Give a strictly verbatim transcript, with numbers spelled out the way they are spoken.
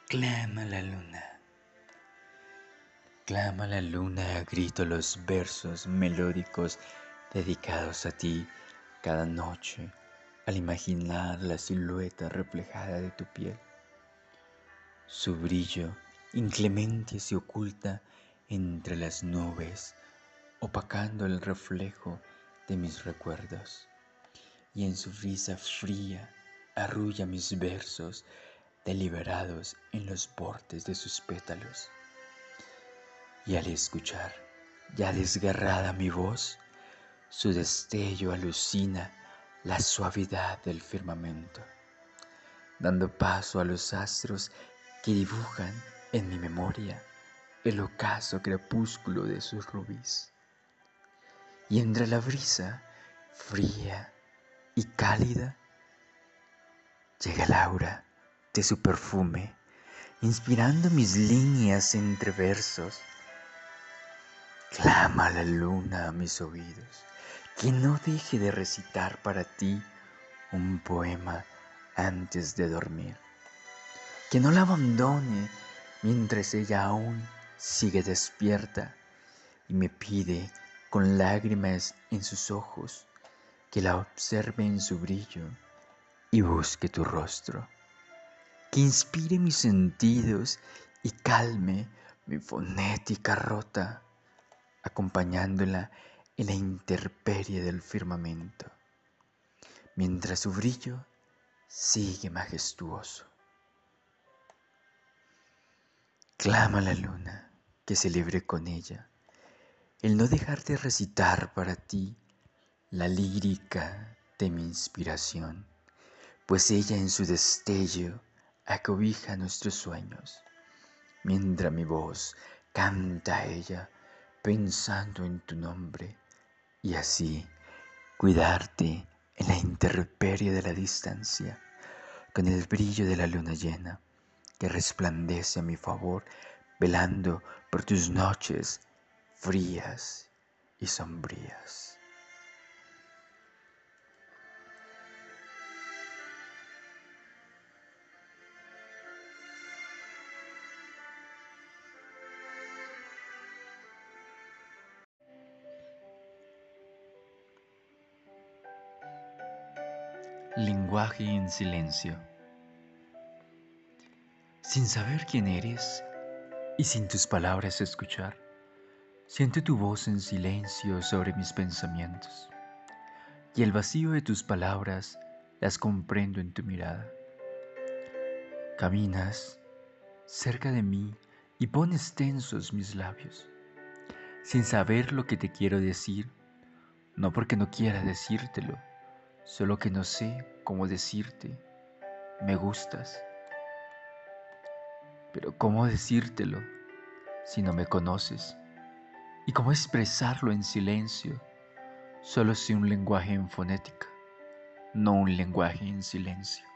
Clama la luna, clama la luna, grito los versos melódicos dedicados a ti cada noche al imaginar la silueta reflejada de tu piel. Su brillo inclemente se oculta entre las nubes, opacando el reflejo de mis recuerdos, y en su risa fría arrulla mis versos deliberados en los bordes de sus pétalos. Y al escuchar, ya desgarrada mi voz, su destello alucina la suavidad del firmamento, dando paso a los astros que dibujan en mi memoria el ocaso crepúsculo de sus rubíes. Y entre la brisa fría y cálida llega el aura de su perfume, inspirando mis líneas entre versos. Clama la luna a mis oídos, que no deje de recitar para ti un poema antes de dormir, que no la abandone mientras ella aún sigue despierta y me pide con lágrimas en sus ojos que la observe en su brillo y busque tu rostro, que inspire mis sentidos y calme mi fonética rota, acompañándola en la intemperie del firmamento, mientras su brillo sigue majestuoso. Clama la luna que celebre con ella el no dejar de recitar para ti la lírica de mi inspiración, pues ella en su destello acobija nuestros sueños, mientras mi voz canta a ella pensando en tu nombre, y así cuidarte en la intemperie de la distancia, con el brillo de la luna llena que resplandece a mi favor, velando por tus noches frías y sombrías. Lenguaje en silencio. Sin saber quién eres y sin tus palabras escuchar, siento tu voz en silencio sobre mis pensamientos, y el vacío de tus palabras las comprendo en tu mirada. Caminas cerca de mí y pones tensos mis labios, sin saber lo que te quiero decir, no porque no quiera decírtelo, solo que no sé cómo decirte, me gustas. Pero ¿cómo decírtelo si no me conoces? ¿Y cómo expresarlo en silencio? Solo sé un lenguaje en fonética, no un lenguaje en silencio.